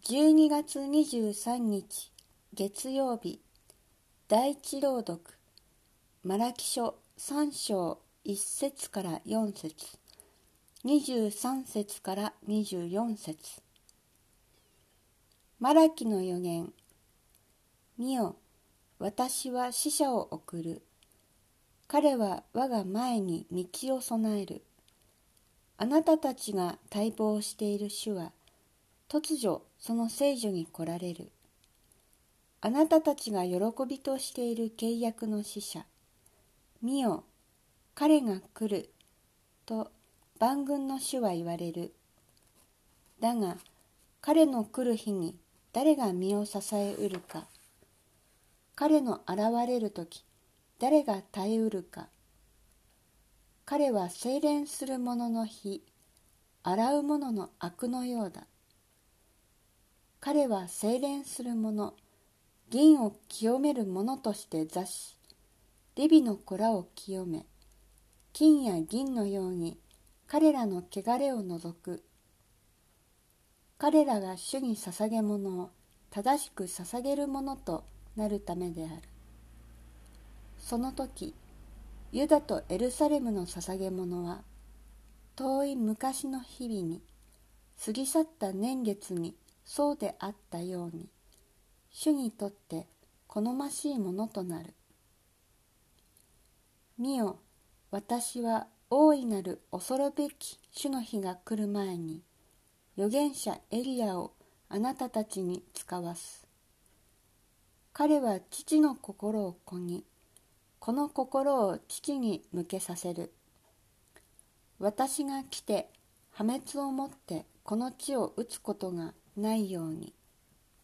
12月23日月曜日、第一朗読、マラキ書3章1節から4節、23節から24節。マラキの預言。見よ、私は使者を送る。彼は我が前に道を備える。あなたたちが待望している主は、突如その聖所に来られる。あなたたちが喜びとしている契約の使者。見よ、彼が来る、と万軍の主は言われる。だが、彼の来る日に誰が身を支えうるか。彼の現れるとき、誰が耐えうるか。彼は精錬する者の火、洗う者の悪のようだ。彼は精錬する者、銀を清める者として座し、蛇の子らを清め、金や銀のように彼らの汚れを除く。彼らが主に捧げ物を正しく捧げるものとなるためである。その時、ユダとエルサレムの捧げ物は、遠い昔の日々に、過ぎ去った年月にそうであったように、主にとって好ましいものとなる。見よ、私は大いなる恐るべき主の日が来る前に、預言者エリヤをあなたたちに使わす。彼は父の心を子に、この心を父に向けさせる。私が来て破滅をもってこの地を打つことがないように。